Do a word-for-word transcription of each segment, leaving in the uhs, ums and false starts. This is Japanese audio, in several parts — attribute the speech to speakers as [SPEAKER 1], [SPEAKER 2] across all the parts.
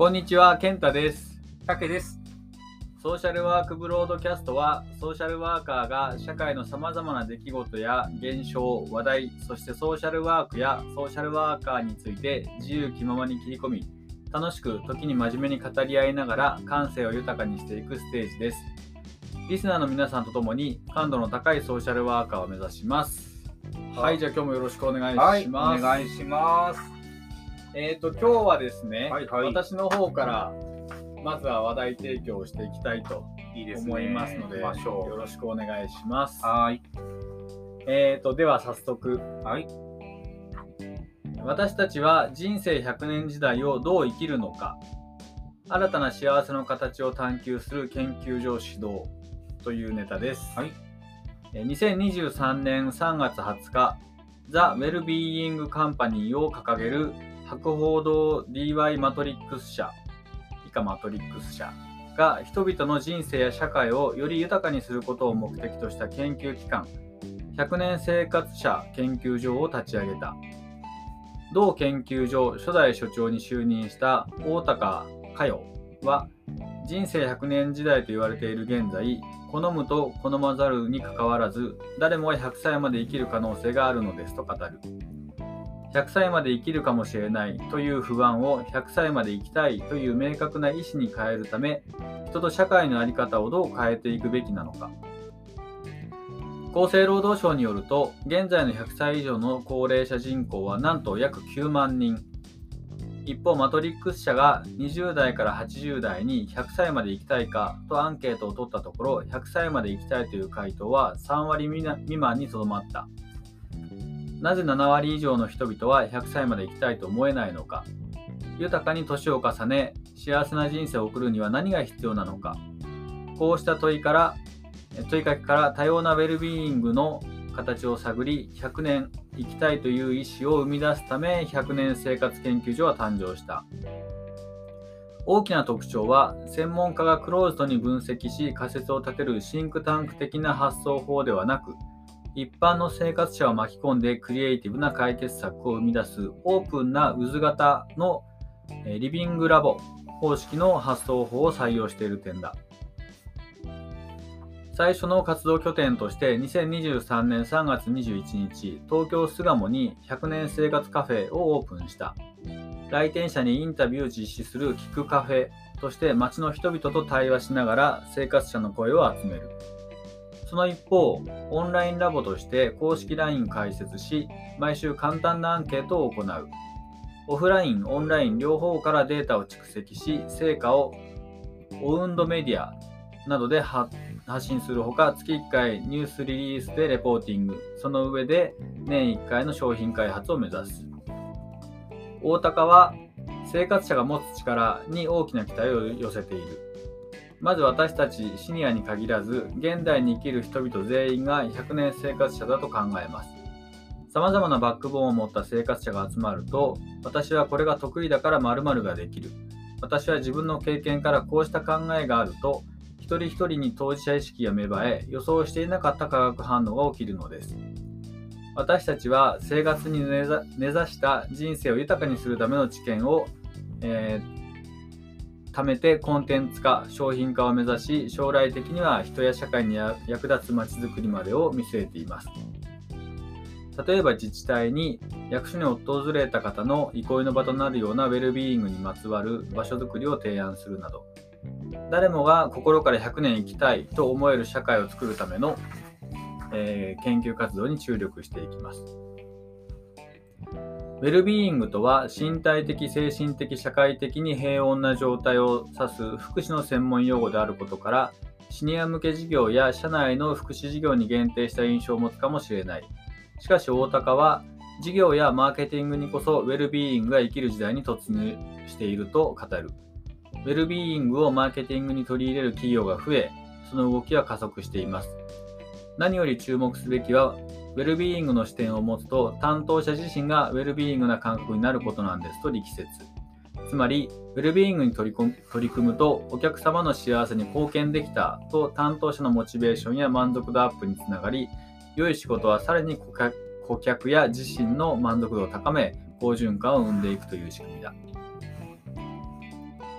[SPEAKER 1] こんにちは、健太です。
[SPEAKER 2] たけです。
[SPEAKER 1] ソーシャルワークブロードキャストは、ソーシャルワーカーが社会のさまざまな出来事や現象、話題、そしてソーシャルワークやソーシャルワーカーについて自由気ままに切り込み、楽しく時に真面目に語り合いながら感性を豊かにしていくステージです。リスナーの皆さんとともに感度の高いソーシャルワーカーを目指します。はい、じゃあ今日もよろしくお願いします。
[SPEAKER 2] はい、お願いします。
[SPEAKER 1] えっと、今日はですね、
[SPEAKER 2] はいはい、
[SPEAKER 1] 私の方からまずは話題提供をしていきたいと思いますので、
[SPEAKER 2] いいですね、
[SPEAKER 1] よろしくお願いします。
[SPEAKER 2] はい。
[SPEAKER 1] えーと、では早速、
[SPEAKER 2] はい。
[SPEAKER 1] 私たちは人生ひゃくねん時代をどう生きるのか、新たな幸せの形を探求する研究所指導というネタです。
[SPEAKER 2] はい。
[SPEAKER 1] にせんにじゅうさんねんさんがつはつか、ザ・ウェルビーイング・カンパニーを掲げる博報堂 ディーワイ マトリックス社以下マトリックス社が人々の人生や社会をより豊かにすることを目的とした研究機関ひゃくねん生活者研究所を立ち上げた。同研究所初代所長に就任した大高佳代は、人生ひゃくねん時代と言われている現在、好むと好まざるにかかわらず誰もがひゃくさいまで生きる可能性があるのですと語る。ひゃくさいまで生きるかもしれないという不安をひゃくさいまで生きたいという明確な意思に変えるため、人と社会の在り方をどう変えていくべきなのか。厚生労働省によると、現在のひゃくさい以上の高齢者人口はなんと約きゅうまんにん。一方、マトリックス社がにじゅうだいからはちじゅうだいにひゃくさいまで生きたいかとアンケートを取ったところ、ひゃくさいまで生きたいという回答はさんわり未満にとどまった。なぜななわり以上の人々はひゃくさいまで生きたいと思えないのか。豊かに年を重ね、幸せな人生を送るには何が必要なのか。こうした問いから、問いかけから多様なウェルビーイングの形を探り、ひゃくねん生きたいという意思を生み出すため、ひゃくねん生活研究所は誕生した。大きな特徴は、専門家がクローズドに分析し仮説を立てるシンクタンク的な発想法ではなく、一般の生活者を巻き込んでクリエイティブな解決策を生み出すオープンな渦型のリビングラボ方式の発想法を採用している点だ。最初の活動拠点としてにせんにじゅうさんねんさんがつにじゅういちにち、東京巣鴨にひゃくねん生活カフェをオープンした。来店者にインタビューを実施する聞くカフェとして街の人々と対話しながら生活者の声を集める。その一方、オンラインラボとして公式 ライン 開設し、毎週簡単なアンケートを行う。オフライン、オンライン両方からデータを蓄積し、成果をオウンドメディアなどで発信するほか、月いっかいニュースリリースでレポーティング、その上で年いっかいの商品開発を目指す。大高は生活者が持つ力に大きな期待を寄せている。まず私たちシニアに限らず、現代に生きる人々全員がひゃくねん生活者だと考えます。様々なバックボーンを持った生活者が集まると、私はこれが得意だから〇〇ができる。私は自分の経験からこうした考えがあると、一人一人に当事者意識が芽生え、予想していなかった化学反応が起きるのです。私たちは生活に根ざした人生を豊かにするための知見を、えー貯めてコンテンツ化、商品化を目指し、将来的には人や社会に役立つまちづくりまでを見据えています。例えば自治体に役所に訪れた方の憩いの場となるようなウェルビーイングにまつわる場所づくりを提案するなど、誰もが心からひゃくねん生きたいと思える社会を作るための、えー、研究活動に注力していきます。ウェルビーイングとは、身体的、精神的、社会的に平穏な状態を指す福祉の専門用語であることから、シニア向け事業や社内の福祉事業に限定した印象を持つかもしれない。しかし大高は、事業やマーケティングにこそウェルビーイングが生きる時代に突入していると語る。ウェルビーイングをマーケティングに取り入れる企業が増え、その動きは加速しています。何より注目すべきは、ウェルビーイングの視点を持つと、担当者自身がウェルビーイングな感覚になることなんですと力説。つまり、ウェルビーイングに取り組む、取り組むと、お客様の幸せに貢献できたと担当者のモチベーションや満足度アップにつながり、良い仕事はさらに顧客や自身の満足度を高め、好循環を生んでいくという仕組みだ。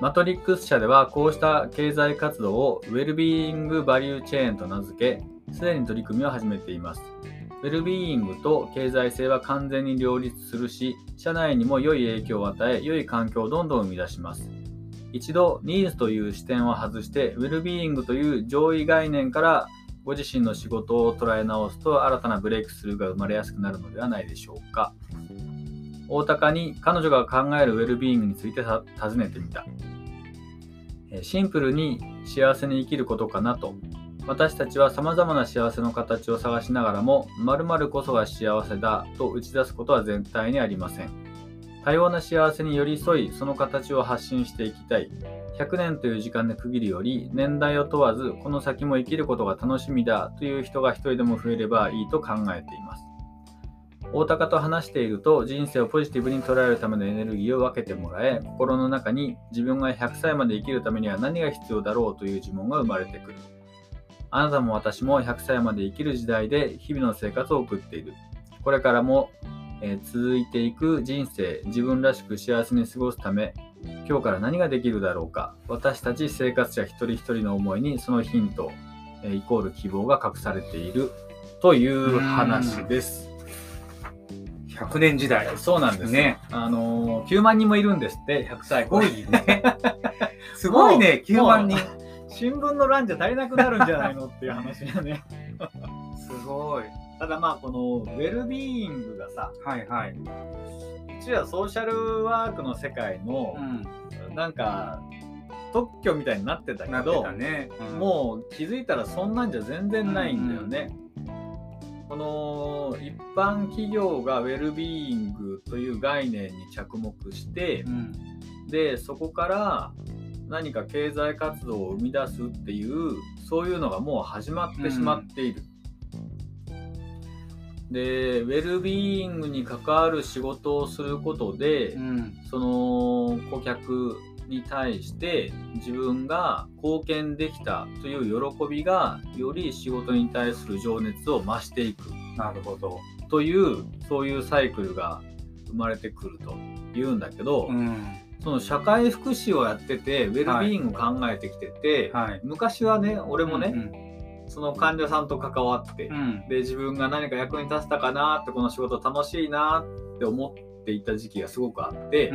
[SPEAKER 1] マトリックス社ではこうした経済活動をウェルビーイングバリューチェーンと名付け、すでに取り組みを始めています。ウェルビーイングと経済性は完全に両立するし、社内にも良い影響を与え、良い環境をどんどん生み出します。一度、ニーズという視点を外して、ウェルビーイングという上位概念からご自身の仕事を捉え直すと、新たなブレイクスルーが生まれやすくなるのではないでしょうか。大高に彼女が考えるウェルビーイングについて尋ねてみた。シンプルに幸せに生きることかなと。私たちは様々な幸せの形を探しながらも、〇〇こそが幸せだと打ち出すことは絶対にありません。多様な幸せに寄り添い、その形を発信していきたい。ひゃくねんという時間で区切るより、年代を問わず、この先も生きることが楽しみだという人が一人でも増えればいいと考えています。大高と話していると、人生をポジティブに捉えるためのエネルギーを分けてもらえ、心の中に自分がひゃくさいまで生きるためには何が必要だろうという疑問が生まれてくる。あなたも私もひゃくさいまで生きる時代で日々の生活を送っている。これからも、えー、続いていく人生、自分らしく幸せに過ごすため、今日から何ができるだろうか。私たち生活者一人一人の思いにそのヒント、えー、イコール希望が隠されているという話です。
[SPEAKER 2] ひゃくねん時代。
[SPEAKER 1] そうなんですね。あのー、きゅうまんにんもいるんですって、ひゃくさい。
[SPEAKER 2] すごいね。すごいね、きゅうまんにん。
[SPEAKER 1] 新聞の欄じゃ足りなくなるんじゃないのっていう話がね。
[SPEAKER 2] すごい。
[SPEAKER 1] ただまあ、このウェルビーイングがさ、
[SPEAKER 2] はいはい。
[SPEAKER 1] うちはソーシャルワークの世界の、うん、なんか、特許みたいになってたけど、なってたね。うん、もう気づいたらそんなんじゃ全然ないんだよね。うんうん、この一般企業がウェルビーイングという概念に着目して、うん、でそこから何か経済活動を生み出すっていうそういうのがもう始まってしまっている、うん、でウェルビーイングに関わる仕事をすることで、うん、その顧客に対して自分が貢献できたという喜びがより仕事に対する情熱を増していく。
[SPEAKER 2] なるほど。
[SPEAKER 1] というそういうサイクルが生まれてくるというんだけど、うん、その社会福祉をやっててウェルビーイングを考えてきてて、はい、昔はね俺もね、うんうん、その患者さんと関わって、うん、で自分が何か役に立てたかなってこの仕事楽しいなって思っていた時期がすごくあって、うん、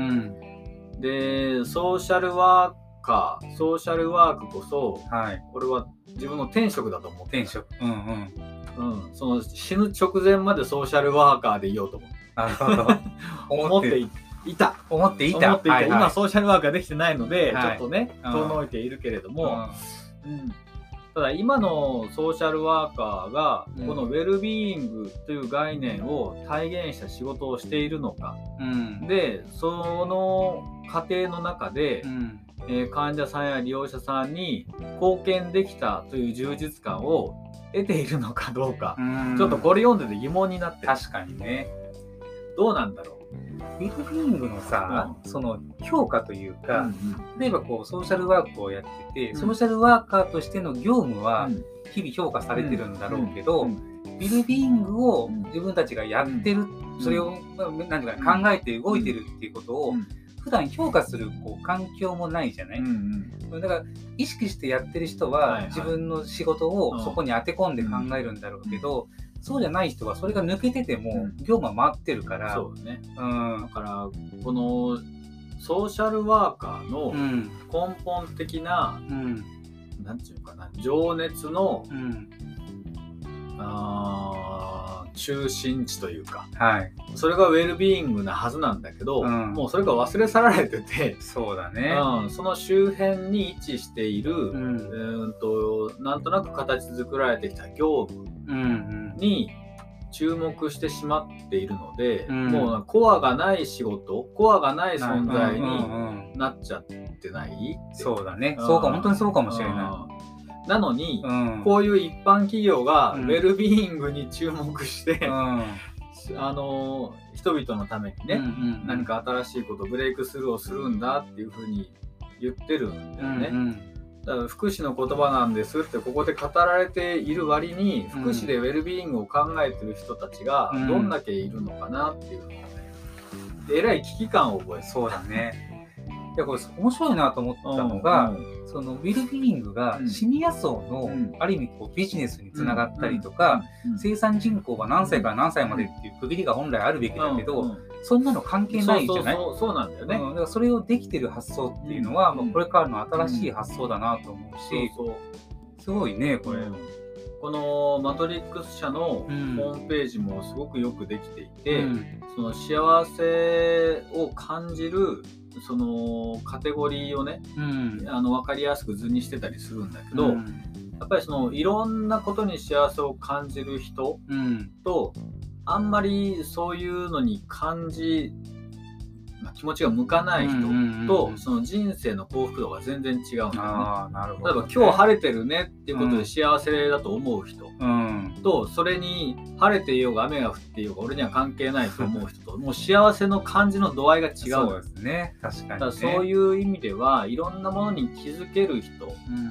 [SPEAKER 1] でソーシャルワーカーソーシャルワークこそ、はい、これは自分の天職だと思って
[SPEAKER 2] 天職、うんうん
[SPEAKER 1] うん、その死ぬ直前までソーシャルワーカーでいようと思ってなるほど思っていた
[SPEAKER 2] 思っていた
[SPEAKER 1] 思っていた、はいはい、今ソーシャルワーカーできてないので、はい、ちょっとね遠のいているけれども、うんうん、ただ今のソーシャルワーカーがこのウェルビーイングという概念を体現した仕事をしているのか、うん、でその過程の中で、うんえー、患者さんや利用者さんに貢献できたという充実感を得ているのかどうか、うちょっとこれ読んでて疑問になってる。
[SPEAKER 2] 確かにね。
[SPEAKER 1] どうなんだろう。
[SPEAKER 2] ウェルビーイングのさ、うん、その評価というか、うんうん、例えばこうソーシャルワークをやってて、うん、ソーシャルワーカーとしての業務は日々評価されてるんだろうけど、うんうんうんウェルビーイングを自分たちがやってる、うん、それを何ていうか考えて動いてるっていうことを、うん普段評価するこう環境もないじゃない、うんうん、だから意識してやってる人は自分の仕事をそこに当て込んで考えるんだろうけど、うん、そうじゃない人はそれが抜けてても業務は回ってるから、
[SPEAKER 1] うん、そうね、うん、だからこのソーシャルワーカーの根本的な、うん、なんていうかな情熱の、うん、あ中心地というか、はい、それがウェルビーイングなはずなんだけど、うん、もうそれが忘れ去られてて
[SPEAKER 2] そうだね、
[SPEAKER 1] うん、その周辺に位置している、うん、うんとなんとなく形作られてきた業務に注目してしまっているので、うん、もうコアがない仕事コアがない存在になっちゃってない、うんうんうん、
[SPEAKER 2] そうだね、うん、そうか本当にそうかもしれない、うん
[SPEAKER 1] なのに、うん、こういう一般企業がウェルビーイングに注目して、うん、あの人々のためにね、うんうんうん、何か新しいことブレイクスルーをするんだっていうふうに言ってるんだよね、うんうん、だから福祉の言葉なんですってここで語られている割に福祉でウェルビーイングを考えてる人たちがどんだけいるのかなっていうのをね、えらい危機感を覚える。
[SPEAKER 2] そうだねやこれ面白いなと思ったのが、うん、そのウェルビーイングがシニア層の、うん、ある意味こうビジネスにつながったりとか、うん、生産人口は何歳から何歳までっていう区切りが本来あるべきだけど、うんうん、そんなの関係ないじゃない。
[SPEAKER 1] そうそうそう、そうなんだよね、
[SPEAKER 2] うん、だからそれをできてる発想っていうのは、うん、これからの新しい発想だなと思うし、うん、そうそうすごいねこれ、うん、
[SPEAKER 1] このマトリックス社のホームページもすごくよくできていて、うん、その幸せを感じるそのカテゴリーをね、うん、あの分かりやすく図にしてたりするんだけど、うん、やっぱりそのいろんなことに幸せを感じる人と、うん、あんまりそういうのに感じ、まあ、気持ちが向かない人と、うんうんうん、その人生の幸福度が全然違うんだよね。あ、なるほどね。例えば今日晴れてるねっていうことで幸せだと思う人、うん、とそれに晴れていようが雨が降っていようが俺には関係ないと思う人ともう幸せの感じの度合いが違う。
[SPEAKER 2] そうですね、確かにね。
[SPEAKER 1] だからそういう意味ではいろんなものに気づける人、うん、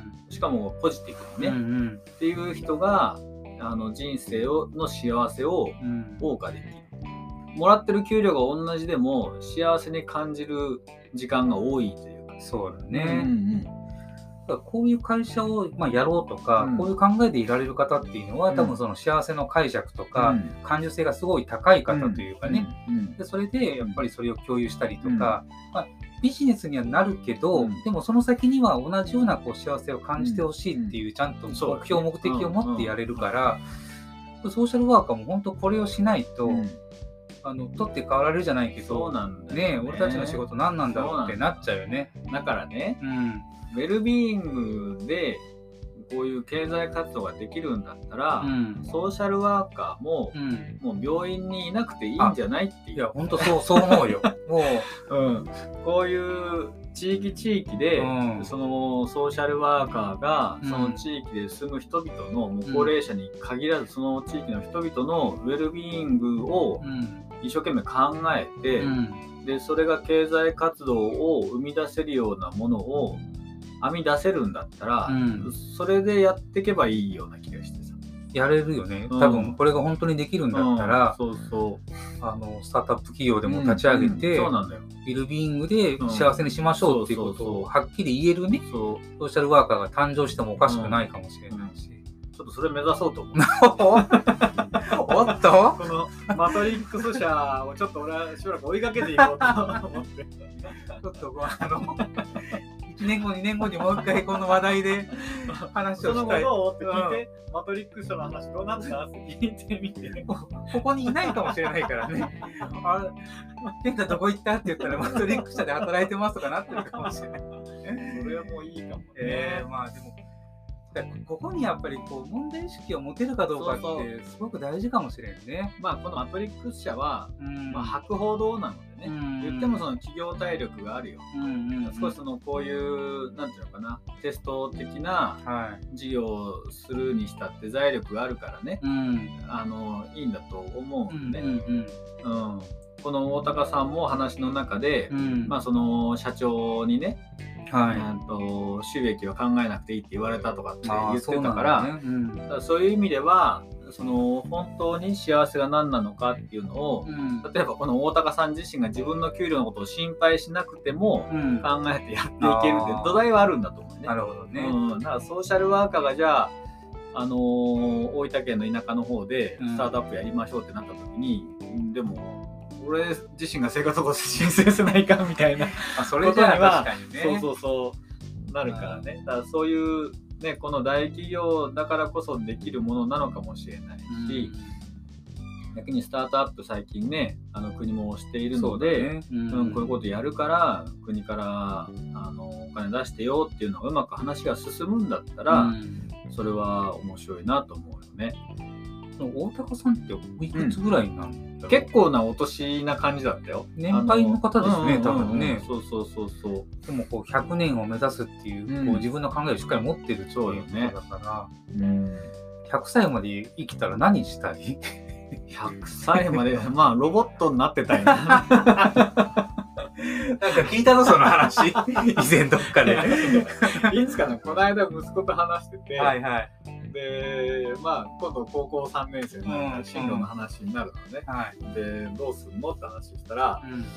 [SPEAKER 1] しかもポジティブにね、うんうん、っていう人があの人生をの幸せを謳歌できる、うん、もらってる給料が同じでも幸せに感じる時間が多いというか。
[SPEAKER 2] そうだね、うんうん、だからこういう会社を、まあ、やろうとか、うん、こういう考えでいられる方っていうのは、うん、多分その幸せの解釈とか、うん、感受性がすごい高い方というかね、うんうん、でそれでやっぱりそれを共有したりとか、うんまあ、ビジネスにはなるけど、うん、でもその先には同じようなこう幸せを感じてほしいっていう、ちゃんと目標、目的を持ってやれるから、ソーシャルワーカーも本当これをしないと、うんあの取って代わられるじゃないけど、
[SPEAKER 1] そうなんだよね。
[SPEAKER 2] ね、俺たちの仕事何なんだろうってなっちゃうよね。
[SPEAKER 1] だからね、うん、ウェルビーイングでこういう経済活動ができるんだったら、うん、ソーシャルワーカーも、うん、もう病院にいなくていいんじゃないっていう。
[SPEAKER 2] いや本当そうそう思うよ。も
[SPEAKER 1] う、うん、こういう地域地域で、うん、そのソーシャルワーカーがその地域で住む人々の、うん、もう高齢者に限らずその地域の人々のウェルビーイングを、うん一生懸命考えて、うん、でそれが経済活動を生み出せるようなものを編み出せるんだったら、うん、それでやっていけばいいような気がしてさ。
[SPEAKER 2] やれるよね。多分これが本当にできるんだったら、
[SPEAKER 1] うんうん、そうそう
[SPEAKER 2] あのスタートアップ企業でも立ち上げて、うんうん、そうなんだよ。ウェルビーイングで幸せにしましょうっていうことをはっきり言えるね、ソーシャルワーカーが誕生してもおかしくないかもしれないし、
[SPEAKER 1] うん、ちょっとそれ目指そうと思う。
[SPEAKER 2] おっと
[SPEAKER 1] このマトリックス社をちょっと俺はしばらく追いかけていこうと思ってち
[SPEAKER 2] ょっとあのいちねんごにねんごにもう一回この話題で話をしたい。
[SPEAKER 1] その後どうって聞いて、うん、マトリックス社の話どうなったって聞いてみて
[SPEAKER 2] ここにいないかもしれないからね。あ健太どこ行ったって言ったらマトリックス社で働いてますとかなってるかもしれない。
[SPEAKER 1] それはもういいかもね。
[SPEAKER 2] えー、まあでもここにやっぱりこう問題意識を持てるかどうかってすごく大事かもしれんね。
[SPEAKER 1] まあこのマトリックス社は、うんまあ、博報堂なのでね、うん、言ってもその企業体力があるよ、うんうんうん、少しそのこういうなんていうのかなテスト的な事業をするにしたって財力があるからね、うん、あのいいんだと思うんでね、うんうんうん、この大高さんも話の中で、うんまあ、その社長にねはい、と収益は考えなくていいって言われたとかって言ってたから、ねうん、だからそういう意味ではその本当に幸せが何なのかっていうのを、うん、例えばこの大高さん自身が自分の給料のことを心配しなくても考えてやっていけるって土台はあるんだと思うね。
[SPEAKER 2] なるほどね、
[SPEAKER 1] うん、だからソーシャルワーカーがじゃあ、あのー、大分県の田舎の方でスタートアップやりましょうってなった時に、うん、でも俺自身が生活保護申請せないかみたいな
[SPEAKER 2] あそれじゃあ確かにね
[SPEAKER 1] そうそうそうなるからね。だからそういうねこの大企業だからこそできるものなのかもしれないし、うん、逆にスタートアップ最近ねあの国もしているので、ねうんうん、こういうことやるから国からあのお金出してよっていうのがうまく話が進むんだったら、うん、それは面白いなと思うよね。
[SPEAKER 2] 大高さんっておいくつぐらいなんだろう、
[SPEAKER 1] うん、結構なお年な感じだったよ。
[SPEAKER 2] 年配の方ですね、多分ね。
[SPEAKER 1] そうそうそうそう。
[SPEAKER 2] でもこうひゃくねんを目指すっていう、うん、こう自分の考えをしっかり持ってるっていうことだから、ねうん、ひゃくさいまで生きたら何したい？ひ
[SPEAKER 1] ゃくさいまでまあロボットになってたいな。
[SPEAKER 2] なんか聞いたのその話以前どっかで。
[SPEAKER 1] いつかなこの間息子と話してて。
[SPEAKER 2] はいはい。
[SPEAKER 1] でまあ、今度高校さんねん生の進路の話になるのね、うんはい、でどうすんのって話したら、うん、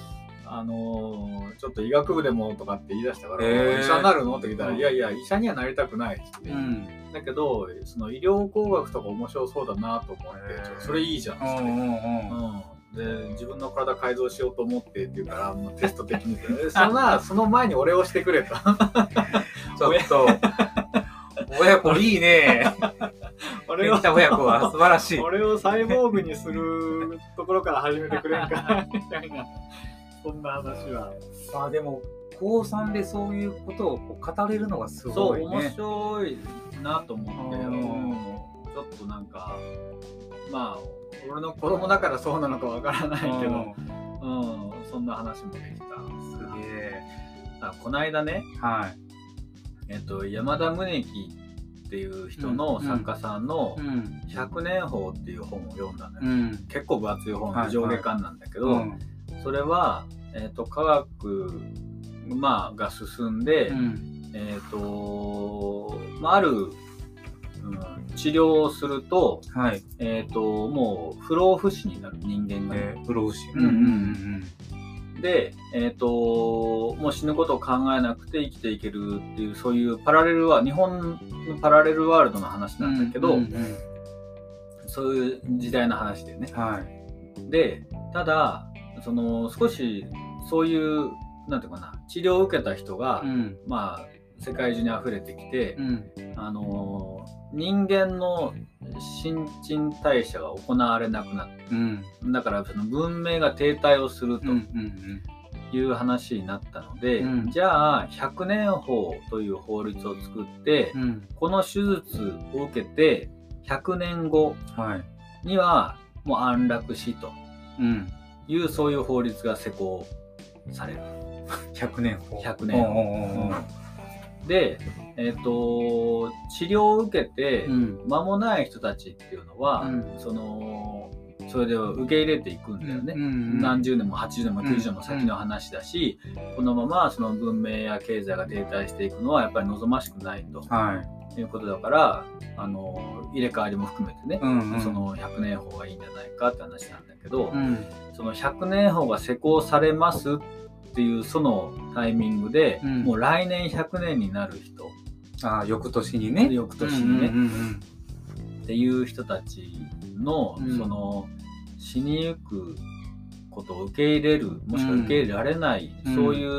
[SPEAKER 1] あのー、ちょっと医学部でもとかって言い出したから、
[SPEAKER 2] えー、
[SPEAKER 1] 医者になるのって聞いたら、
[SPEAKER 2] うん、
[SPEAKER 1] いやいや医者にはなりたくないって、うん、だけどその医療工学とか面白そうだなと思って、えー、それいいじゃんって、うんうんうん、で自分の体改造しようと思ってって言うから、もうテスト的にそんなその前に俺をしてくれと。
[SPEAKER 2] ちょっと親子いいね。俺を親子は素晴らしい。
[SPEAKER 1] 俺をサイボーグにするところから始めてくれんかみたいな、そんな話は。
[SPEAKER 2] まあでも高さんでそういうことを語れるのがすごいね。
[SPEAKER 1] そう面白いなと思って、うん、ちょっとなんかまあ俺の子供だからそうなのかわからないけど、うん、そんな話もできた。
[SPEAKER 2] すげえ。
[SPEAKER 1] この間ね、
[SPEAKER 2] はい、
[SPEAKER 1] えっと、山田宗樹っていう人の作家さんのひゃくねん法っていう本を読んだのよ、うん、結構分厚い本で上下巻なんだけど、はいはい、それは、えっと、科学、まあ、が進んで、うん、えっと、まあ、ある、うん、治療をすると、はい、えっと、もう不老不死になる人間が、
[SPEAKER 2] えー、不老不死、
[SPEAKER 1] うんうんうんで、えーと、もう死ぬことを考えなくて生きていけるっていう、そういうパラレルワールド、日本のパラレルワールドの話なんだけど、うんうんうん、そういう時代の話でね、はい、でただその少しそういうなんていうかな、治療を受けた人が、うん、まあ世界中に溢れてきて、うん、あの人間の新陳代謝が行われなくなって、うん、だからその文明が停滞をするという話になったので、うんうん、じゃあひゃくねん法という法律を作って、うん、この手術を受けてひゃくねんごにはもう安楽死という、うん、そういう法律が施行される。
[SPEAKER 2] ひゃくねん法。
[SPEAKER 1] ひゃくねん法。で、えーと、治療を受けて間もない人たちっていうのは、うん、そのそれで受け入れていくんだよね、うんうん、何十年もはちじゅうねんもきゅうじゅうねんも先の話だし、うん、このままその文明や経済が停滞していくのはやっぱり望ましくないと、はい、いうことだから、あの入れ替わりも含めてね、うんうん、そのひゃくねん法がいいんじゃないかって話なんだけど、うん、そのひゃくねん法が施行されますっていうそのタイミングで、うん、もう来年ひゃくねんになる人、
[SPEAKER 2] あ、翌年にね、
[SPEAKER 1] 翌年にね、うんうんうん、っていう人たちの、うん、その死にゆくことを受け入れる、もしくは受け入れられない、うん、そういう、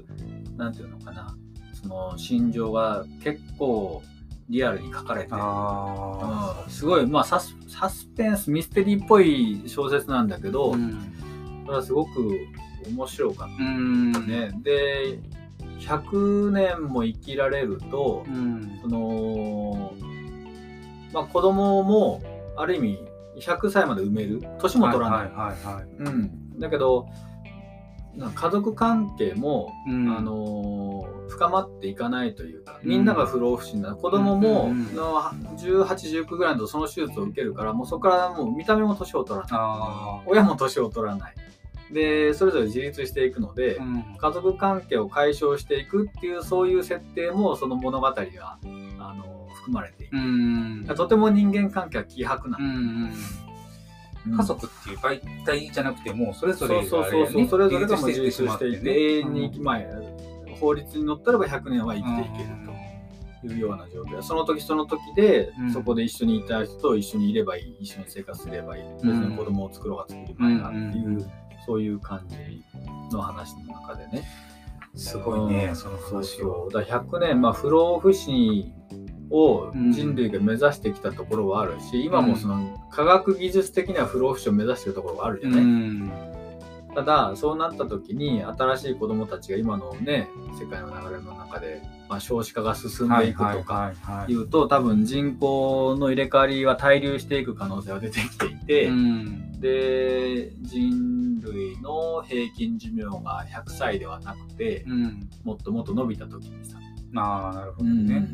[SPEAKER 1] なんていうのかな、その心情が結構リアルに書かれてる、あ、うん、すごい、まあサス、サスペンスミステリーっぽい小説なんだけど、うん、それはすごく面白かった、うんね、でひゃくねんも生きられると、うん、そのまあ、子供もある意味ひゃくさいまで産める、年も取らない、はいはいはいはい、うん、だけど家族関係も、うん、あの深まっていかないというか、みんなが不老不死になる、子供も、うん、のじゅうはち、じゅうきゅうぐらいのその手術を受けるから、もうそこからもう見た目も年を取らない、あ、親も年を取らないで、それぞれ自立していくので、うん、家族関係を解消していくっていう、そういう設定もその物語にはあの含まれている、うん、とても人間関係は希薄な、うん
[SPEAKER 2] うん、家族っていう媒体じゃなくて、もうそれぞれが、ね、
[SPEAKER 1] そうそうそうそう、それぞれが自立していて、ね、永遠に、うん、まあ、法律にのっとればひゃくねんは生きていけるというような状況、その時その時で、うん、そこで一緒にいた人と一緒にいればいい、一緒に生活すればいい、別に子供を作ろうが作りまいがっていう、うんうん、そういう感じの話の中でね、
[SPEAKER 2] すごいね、うん、
[SPEAKER 1] その話を。だひゃくねん、まあ、不老不死を人類が目指してきたところはあるし、うん、今もその科学技術的には不老不死を目指しているところがあるじゃない、うん、ただそうなった時に新しい子どもたちが今のね世界の流れの中で、まあ、少子化が進んでいくとかいうと、多分人口の入れ替わりは滞留していく可能性が出てきていて、うん、で人類の平均寿命がひゃくさいではなくて、うん、もっともっと伸びた時にさ、
[SPEAKER 2] あ、なるほどね、うん、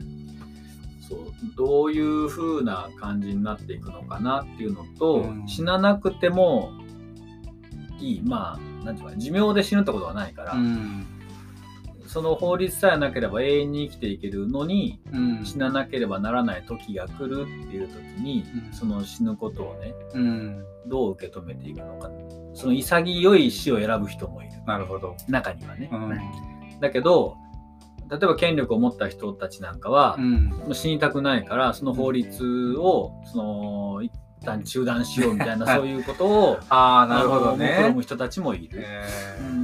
[SPEAKER 1] そうどういう風な感じになっていくのかなっていうのと、うん、死ななくてもいい、まあなんていうか、寿命で死ぬってことはないから、うん、 その法律さえなければ永遠に生きていけるのに、
[SPEAKER 2] うん、
[SPEAKER 1] 死ななければならない時が来るっていう時に、うん、その死ぬことをね、うん、どう受け止めていくのか。その潔い死を選ぶ人もいる。
[SPEAKER 2] なるほど。
[SPEAKER 1] 中にはね。うん、だけど例えば権力を持った人たちなんかは、うん、もう死にたくないからその法律をその一旦中断しようみたいなそういうことを
[SPEAKER 2] ああなるほどね。
[SPEAKER 1] 目論む人たちもいる。えーうん、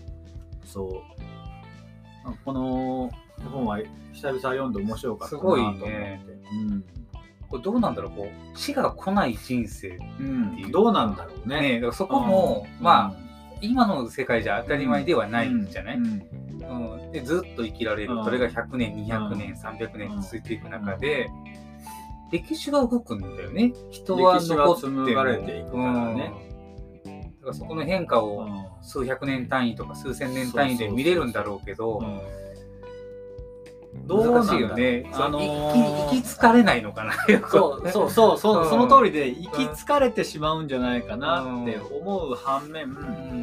[SPEAKER 1] そうこの本は久々読んで面白かったなと思って。すごいね。うん、
[SPEAKER 2] これどうなんだろう、こう死が来ない人生っていう、
[SPEAKER 1] うん、どうなんだろうね。
[SPEAKER 2] ねだからそこも、うん、まあ、うん、今の世界じゃ当たり前ではないんじゃない？うんうんうん、でずっと生きられる、うん、それがひゃくねんにひゃくねん、うん、さんびゃくねん続いていく中で、うん、歴史が動くんだよね。人は残っても
[SPEAKER 1] 紡がれていくからね、
[SPEAKER 2] うん、だからそこの変化を数百年単位とか数千年単位で見れるんだろうけど、難しいよね。あのー、行き着かれないのかな。
[SPEAKER 1] そうそうそうそう、うん、その通りで行き疲れてしまうんじゃないかなって思う反面、うん、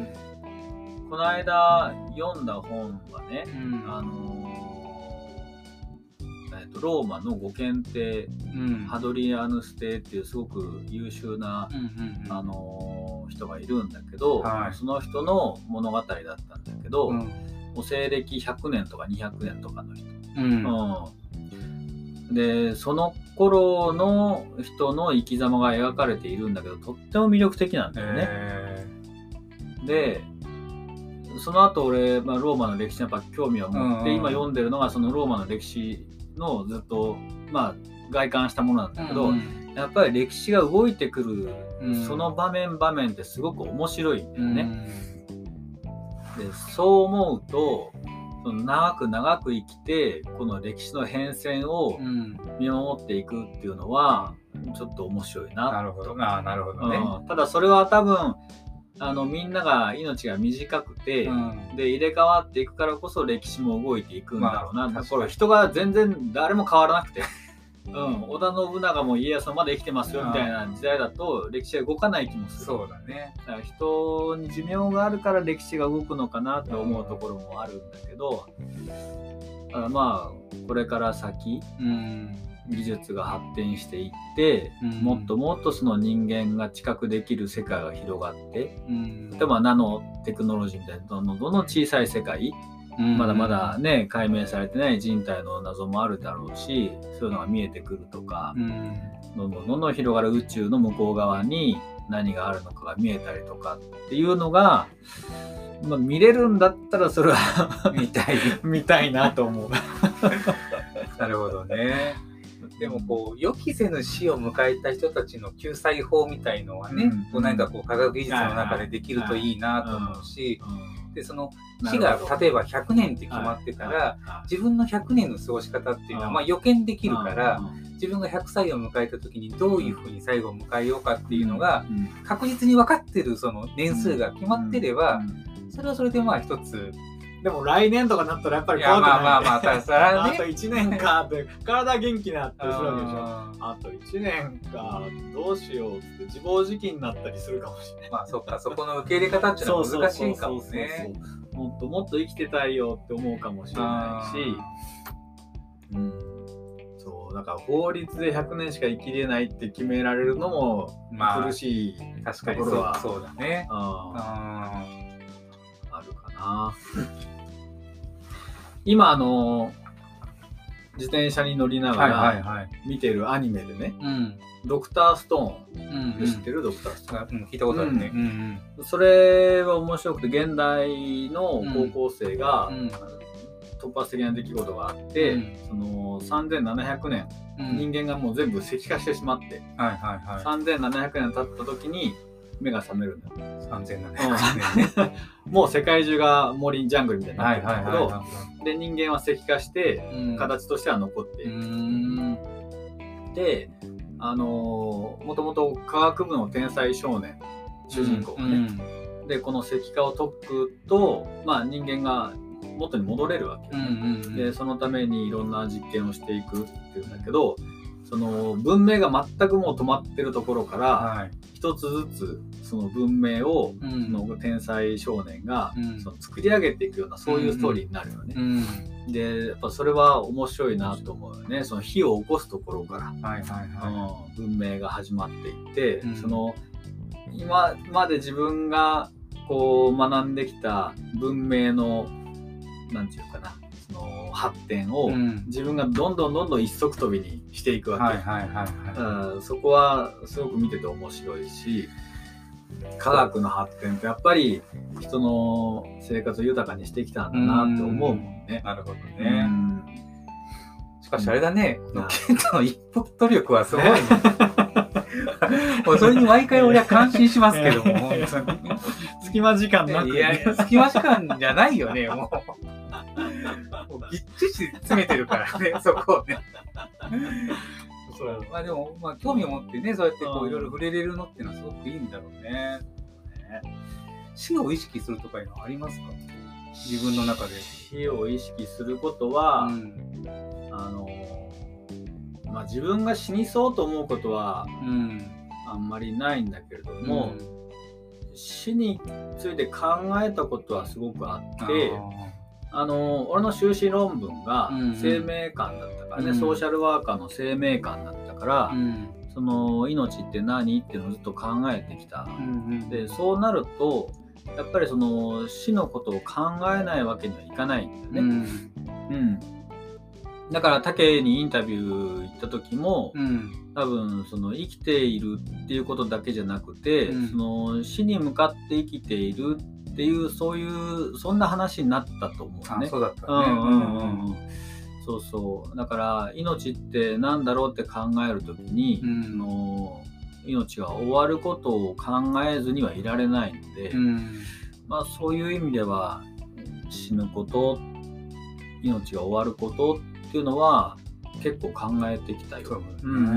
[SPEAKER 1] この間読んだ本はね、うん、あのー、えっとローマのご検定、うん、ハドリアヌス帝っていうすごく優秀な、うんうんうん、あのー、人がいるんだけど、はい、その人の物語だったんだけど、うん、もう西暦ひゃくねんとかにひゃくねんとかの人、うんうん、でその頃の人の生き様が描かれているんだけどとっても魅力的なんだよね、えー、でその後俺、まあ、ローマの歴史にやっぱ興味を持って、うんうん、今読んでるのがそのローマの歴史のずっと、まあ、外観したものなんだけど、うんうん、やっぱり歴史が動いてくる、うん、その場面場面ってすごく面白いんだよね、うん、でそう思うとその長く長く生きてこの歴史の変遷を見守っていくっていうのはちょっと面白いな、
[SPEAKER 2] うん、なるほどな、なるほどね、
[SPEAKER 1] うん、ただそれは多分あのみんなが命が短くて、うん、で入れ替わっていくからこそ歴史も動いていくんだろうな、まあ、これ人が全然誰も変わらなくて、うん、織田信長も家康もまだ生きてますよみたいな時代だと歴史は動かない気もする。
[SPEAKER 2] そうだね。
[SPEAKER 1] だから人に寿命があるから歴史が動くのかなと思うところもあるんだけど、だからまあこれから先、うん、技術が発展していって、うん、もっともっとその人間が知覚できる世界が広がって、うん、例えばナノテクノロジーみたいなどんどんどんどん小さい世界、うん、まだまだね解明されてない人体の謎もあるだろうし、そういうのが見えてくるとか、うん、どんどんどんどん広がる宇宙の向こう側に何があるのかが見えたりとかっていうのが、まあ、見れるんだったらそれは見たい見たいなと思う。
[SPEAKER 2] なるほどね。でもこう予期せぬ死を迎えた人たちの救済法みたいのはね、うん、こう何かこう科学技術の中でできるといいなと思うし、でその死が例えばひゃくねんって決まってたら、自分のひゃくねんの過ごし方っていうのはまあ予見できるから、自分がひゃくさいを迎えた時にどういうふうに最後を迎えようかっていうのが確実に分かってるその年数が決まってれば、それはそれでまあ一つ。
[SPEAKER 1] でも来年とかなったらやっぱり怖くない。
[SPEAKER 2] まあまあまあ、ただ
[SPEAKER 1] ね、あといちねんかって体元気になったりするわけでしょ。あといちねんかどうしようって自暴自棄になったりするかもしれない。
[SPEAKER 2] まあそっか、そこの受け入れ方っていうのは難しいかもね。
[SPEAKER 1] もっともっと生きてたいよって思うかもしれないし、うん、そうだから法律でひゃくねんしか生きれないって決められるのも苦しいところは、
[SPEAKER 2] まあ、そうだね。
[SPEAKER 1] ああるかな。今あの自転車に乗りながら見てるアニメでね、はいはいはい、ドクターストーンで知ってる、うんうん、ドクターストーン、
[SPEAKER 2] うん、聞いたことあるね、うん
[SPEAKER 1] うん、それは面白くて現代の高校生が突発的な出来事があって、うん、そのさんぜんななひゃくねん、うん、人間がもう全部石化してしまって、はいはいはい、さんぜんななひゃくねん経った時に目が覚めるんだよ。
[SPEAKER 2] さんぜんななひゃくねんね。
[SPEAKER 1] もう世界中が森ジャングルみたいになってるんだけど、で人間は石化して形としては残っている。うん、で、あのー、もともと科学部の天才少年主人公がね、うんうん、でこの石化を解くと、まあ、人間が元に戻れるわけよね、うんうんうん、でそのためにいろんな実験をしていくっていうんだけど、 その文明が全くもう止まってるところから、
[SPEAKER 2] はい、
[SPEAKER 1] 一つずつその文明を、うん、その天才少年が、うん、その作り上げていくようなそういうストーリーになるよね。うんうん、でやっぱそれは面白いなと思うよね。その火を起こすところから、はいはいはい、うん、文明が始まっていって、うん、その今まで自分がこう学んできた文明のなんていうかな、その発展を自分がどんどんどんどん一足飛びにしていくわけ、はいはいはいはい、そこはすごく見てて面白いし、科学の発展ってやっぱり人の生活を豊かにしてきたんだなって思うもんね。
[SPEAKER 2] なるほどね。しかしあれだね、ケンタの一歩努力はすごいね。それに毎回俺は感心しますけども、
[SPEAKER 1] 隙間時間なく、ね、
[SPEAKER 2] いやいや隙間時間じゃないよね、もう。もうぎっちり詰めてるからね、そこをね。そうまあでも、まあ、興味を持ってね、そうやってこういろいろ触れれるのっていうのはすごくいいんだろうね。死を意識するとかいうのはありますか？自分の中で。
[SPEAKER 1] 死を意識することは、うん、あのまあ、自分が死にそうと思うことは、うん、あんまりないんだけれども、うん、死について考えたことはすごくあって、ああの俺の修士論文が生命観だったからね、うん、ソーシャルワーカーの生命観だったから、うん、その命って何っていうのをずっと考えてきた、うん、でそうなるとやっぱりその死のことを考えないわけにはいかないんだよね、うんうん、だから竹にインタビュー行った時も、うん、多分その生きているっていうことだけじゃなくて、うん、その死に向かって生きているっていうそういうそんな話になったと思うね。
[SPEAKER 2] あ、そうだったね。うんうんうんうん、
[SPEAKER 1] そうそうだから命ってなんだろうって考えるときに、うん、その命が終わることを考えずにはいられないので、うん、まあそういう意味では死ぬこと命が終わることっていうのは結構考えてきたよ。うんうんうん、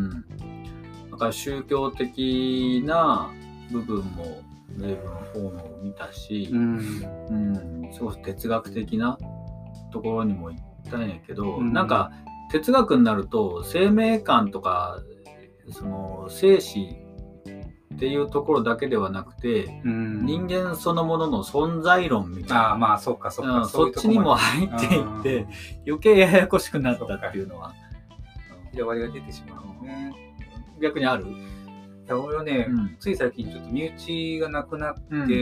[SPEAKER 1] だから宗教的な部分も例文の方も見たし、うんうん、すごく哲学的なところにも行ったんやけど、うん、なんか哲学になると生命観とかその生死っていうところだけではなくて、うん、人間そのものの存在論みたいな、
[SPEAKER 2] あ、まあそうかそうか、
[SPEAKER 1] うん、そっちにも入っていって余計ややこしくなったっていうのは
[SPEAKER 2] 広がりが出てしまうね。
[SPEAKER 1] 逆にある？
[SPEAKER 2] いや俺はね、うん、つい最近ちょっと身内が亡くなって、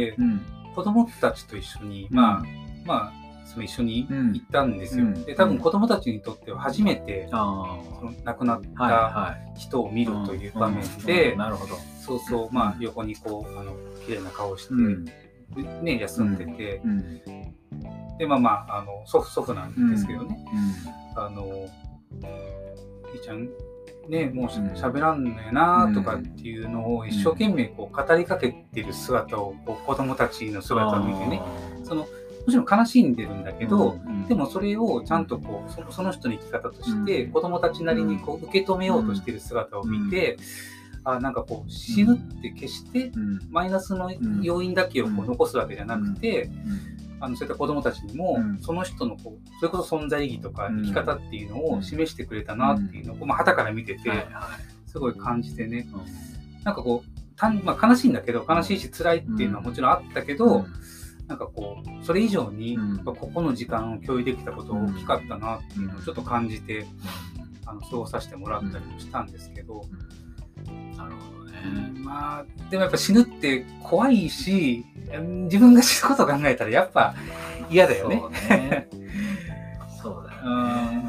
[SPEAKER 2] うんうん、子供たちと一緒に、うん、まあまあその一緒に行ったんですよ、うん、で多分子供たちにとっては初めて、うん、その亡くなった人を見るという場面で、
[SPEAKER 1] なるほど、
[SPEAKER 2] そうそう、まあ横にこうあの綺麗な顔して、うん、ね休んでて、うん、でまあまああの祖父祖父なんですけどね、うん、あのいいちゃんね、もうしゃべらんのやなとかっていうのを一生懸命こう語りかけてる姿をこう子供たちの姿を見てね、そのもちろん悲しんでるんだけど、うん、でもそれをちゃんとこう そ, その人の生き方として、うん、子供たちなりにこう受け止めようとしてる姿を見て、うん、あなんかこう死ぬって決してマイナスの要因だけをこう残すわけじゃなくて、あのそういった子供たちにも、うん、その人のこうそれこそ存在意義とか生き方っていうのを示してくれたなっていうのを、うんまあ、傍から見てて、はいはい、すごい感じてね、うん、なんかこうたん、まあ、悲しいんだけど悲しいし辛いっていうのはもちろんあったけど、うん、なんかこうそれ以上に、うん、ここの時間を共有できたことが大きかったなっていうのをちょっと感じて、うん、あの過ごさせてもらったりもしたんですけど、
[SPEAKER 1] うん、なるほどね。
[SPEAKER 2] まあでもやっぱ死ぬって怖いし自分が死ぬことを考えたらやっぱ嫌だよね。
[SPEAKER 1] そうね。そうだよね。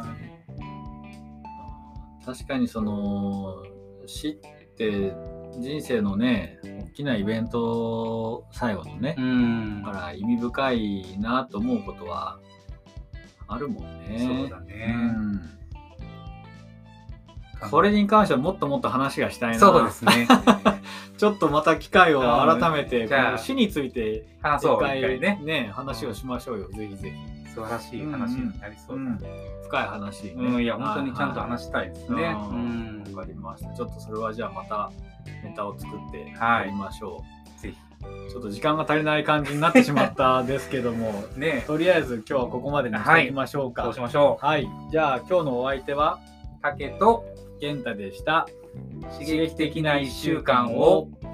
[SPEAKER 1] 確かにその死って人生のね大きなイベント最後のね、うん、だから意味深いなと思うことはあるもんね。
[SPEAKER 2] そうだね。うん
[SPEAKER 1] これに関してはもっともっと話がしたいな。
[SPEAKER 2] そうですね。
[SPEAKER 1] ちょっとまた機会を改めて死について
[SPEAKER 2] 話そう一回ね、
[SPEAKER 1] ね話をしましょうよ、うん、ぜひぜひ。
[SPEAKER 2] 素晴らしい話になりそうだ、ねうん、
[SPEAKER 1] 深い話、ね
[SPEAKER 2] うん、いや本当にちゃんと話したいですね。わ、
[SPEAKER 1] うん、かりました。ちょっとそれはじゃあまたネタを作ってやりましょう。はい、
[SPEAKER 2] ぜひ。
[SPEAKER 1] ちょっと時間が足りない感じになってしまったですけども、ね、とりあえず今日はここまでにしておきましょうか。
[SPEAKER 2] はい、そうしましょう。
[SPEAKER 1] はい。じゃあ今日のお相手は
[SPEAKER 2] 竹と
[SPEAKER 1] 健太でした。
[SPEAKER 2] 刺激的ないっしゅうかんを。